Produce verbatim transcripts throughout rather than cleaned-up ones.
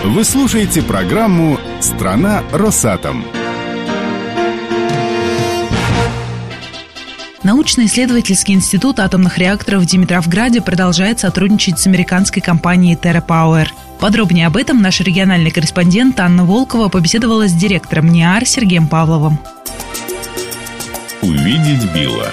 Вы слушаете программу «Страна Росатом». Научно-исследовательский институт атомных реакторов в Димитровграде продолжает сотрудничать с американской компанией TerraPower. Подробнее об этом наш региональный корреспондент Анна Волкова побеседовала с директором НИАР Сергеем Павловым. Увидеть Билла.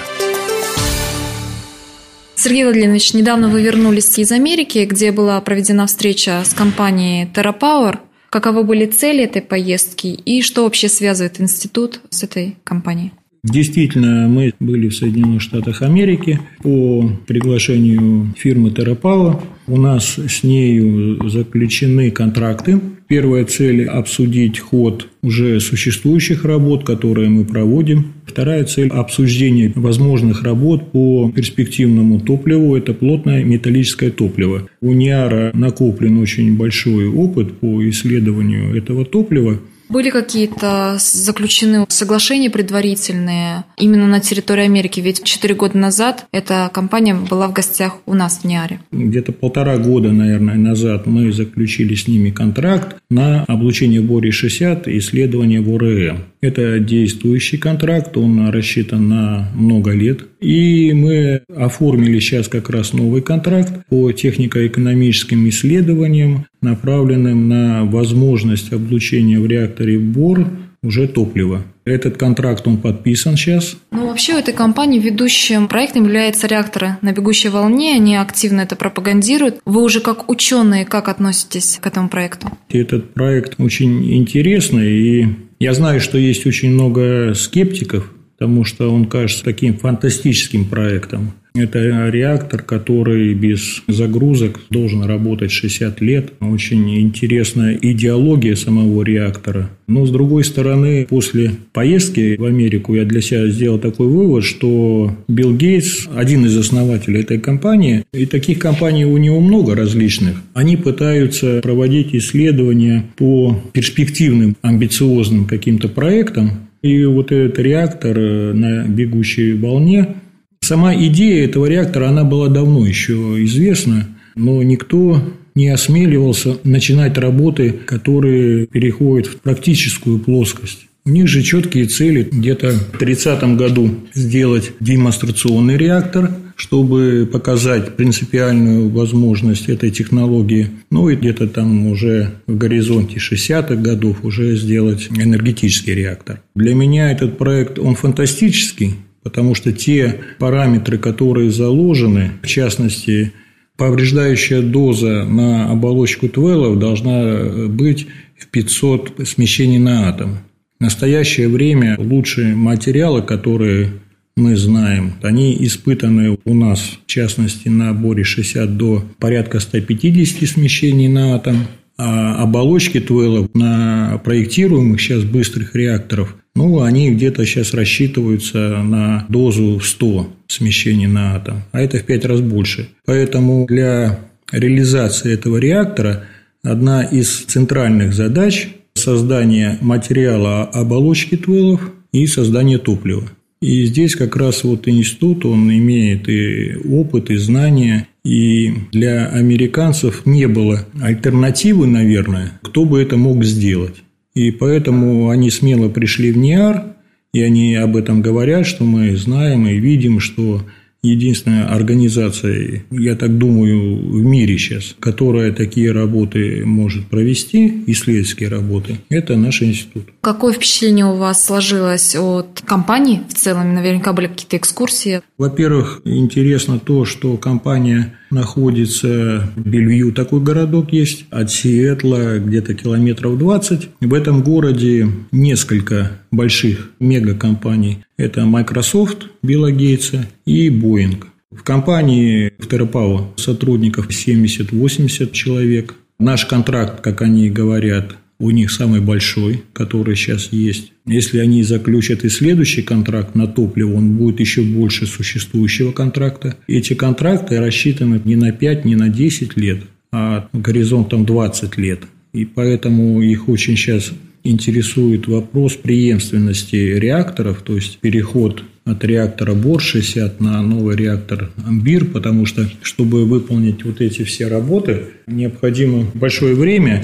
Сергей Владимирович, недавно вы вернулись из Америки, где была проведена встреча с компанией TerraPower. Каковы были цели этой поездки и что вообще связывает институт с этой компанией? Действительно, мы были в Соединенных Штатах Америки по приглашению фирмы TerraPower. У нас с нею заключены контракты. Первая цель – обсудить ход уже существующих работ, которые мы проводим. Вторая цель – обсуждение возможных работ по перспективному топливу. Это плотное металлическое топливо. У НИАРа накоплен очень большой опыт по исследованию этого топлива. Были какие-то заключены соглашения предварительные именно на территории Америки? Ведь четыре года назад эта компания была в гостях у нас в НИАРе. Где-то полтора года, наверное, назад мы заключили с ними контракт на облучение борий шестьдесят и исследование ВОРЭ. Это действующий контракт, он рассчитан на много лет. И мы оформили сейчас как раз новый контракт по технико-экономическим исследованиям, направленным на возможность облучения в реакторе бор уже топлива. Этот контракт, он подписан сейчас. Ну, вообще, у этой компании ведущим проектом являются реакторы на бегущей волне. Они активно это пропагандируют. Вы уже как ученые, как относитесь к этому проекту? Этот проект очень интересный, и я знаю, что есть очень много скептиков, потому что он кажется таким фантастическим проектом. Это реактор, который без загрузок должен работать шестьдесят лет. Очень интересная идеология самого реактора. Но, с другой стороны, после поездки в Америку я для себя сделал такой вывод, что Билл Гейтс, один из основателей этой компании, и таких компаний у него много различных, они пытаются проводить исследования по перспективным, амбициозным каким-то проектам. И вот этот реактор на бегущей волне, сама идея этого реактора, она была давно еще известна, но никто не осмеливался начинать работы, которые переходят в практическую плоскость. У них же четкие цели где-то в тридцатом году сделать демонстрационный реактор, чтобы показать принципиальную возможность этой технологии. Ну и где-то там уже в горизонте шестидесятых годов уже сделать энергетический реактор. Для меня этот проект, он фантастический, потому что те параметры, которые заложены, в частности, повреждающая доза на оболочку твелов должна быть в пятьсот смещений на атом. В настоящее время лучшие материалы, которые мы знаем, они испытаны у нас, в частности, на боре шестьдесят до порядка ста пятидесяти смещений на атом, а оболочки твелов на проектируемых сейчас быстрых реакторов, ну, они где-то сейчас рассчитываются на дозу в сто смещений на атом, а это в пять раз больше. Поэтому для реализации этого реактора одна из центральных задач – создание материала оболочки твелов и создание топлива. И здесь как раз вот институт, он имеет и опыт, и знания, и для американцев не было альтернативы, наверное, кто бы это мог сделать. И поэтому они смело пришли в НИАР, и они об этом говорят, что мы знаем и видим, что единственная организация, я так думаю, в мире сейчас, которая такие работы может провести, исследовательские работы, это наш институт. Какое впечатление у вас сложилось от компании в целом? Наверняка были какие-то экскурсии. Во-первых, интересно то, что компания находится в Бельвью, такой городок есть, от Сиэтла где-то километров двадцать. В этом городе несколько больших мегакомпаний. Это Microsoft Билла Гейтса и Boeing. В компании в TerraPower сотрудников семьдесят-восемьдесят человек. Наш контракт, как они говорят, у них самый большой, который сейчас есть. Если они заключат и следующий контракт на топливо, он будет еще больше существующего контракта. Эти контракты рассчитаны не на пять, не на десять лет, а горизонтом двадцать лет. И поэтому их очень сейчас интересует вопрос преемственности реакторов, то есть переход от реактора бор шестьдесят на новый реактор Амбир, потому что, чтобы выполнить вот эти все работы, необходимо большое время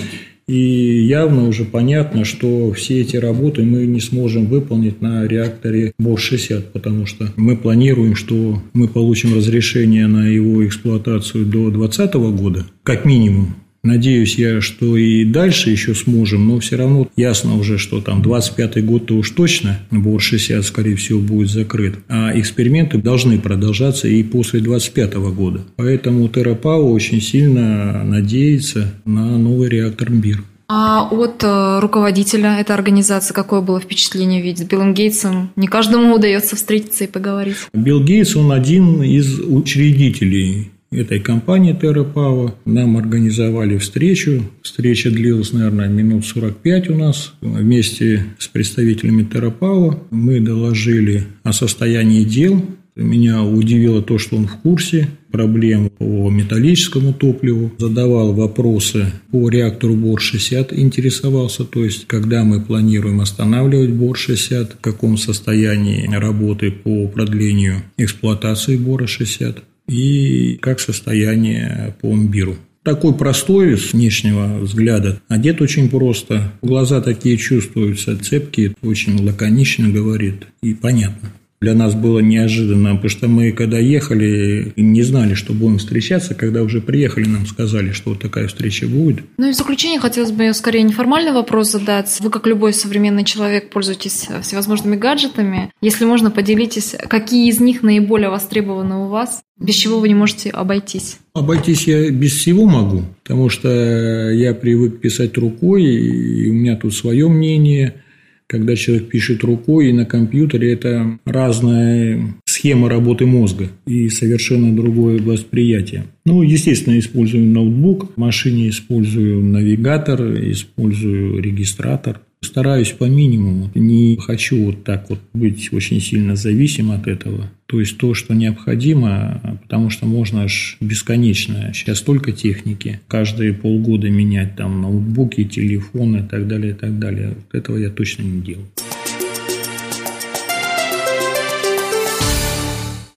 И явно уже понятно, что все эти работы мы не сможем выполнить на реакторе Бор шестьдесят, потому что мы планируем, что мы получим разрешение на его эксплуатацию до двадцатого года, как минимум. Надеюсь я, что и дальше еще сможем, но все равно ясно уже, что там двадцать пятый год-то уж точно Бор шестьдесят, скорее всего, будет закрыт. А эксперименты должны продолжаться и после двадцать пятого года. Поэтому TerraPower очень сильно надеется на новый реактор МБИР. А от э, руководителя этой организации какое было впечатление? Ведь с Биллом Гейтсом не каждому удается встретиться и поговорить. Билл Гейтс, он один из учредителей этой компании TerraPower. Нам организовали встречу. Встреча длилась, наверное, минут сорок пять у нас. Вместе с представителями TerraPower мы доложили о состоянии дел. Меня удивило то, что он в курсе проблем по металлическому топливу, задавал вопросы по реактору Бор шестьдесят, интересовался, то есть, когда мы планируем останавливать Бор шестьдесят, в каком состоянии работы по продлению эксплуатации Бора шестьдесят и как состояние по МБИРу. Такой простой с внешнего взгляда, одет очень просто, глаза такие чувствуются, цепкие, очень лаконично говорит и понятно. Для нас было неожиданно, потому что мы, когда ехали, не знали, что будем встречаться. Когда уже приехали, нам сказали, что вот такая встреча будет. Ну и в заключение хотелось бы скорее неформальный вопрос задать. Вы, как любой современный человек, пользуетесь всевозможными гаджетами. Если можно, поделитесь, какие из них наиболее востребованы у вас, без чего вы не можете обойтись? Обойтись я без всего могу, потому что я привык писать рукой, и у меня тут свое мнение. Когда человек пишет рукой и на компьютере, это разная схема работы мозга и совершенно другое восприятие. Ну, естественно, использую ноутбук, в машине использую навигатор, использую регистратор. Стараюсь по минимуму, не хочу вот так вот быть очень сильно зависим от этого. То есть то, что необходимо, потому что можно аж бесконечно. Сейчас столько техники, каждые полгода менять там ноутбуки, телефоны и так далее, и так далее. Вот этого я точно не делаю.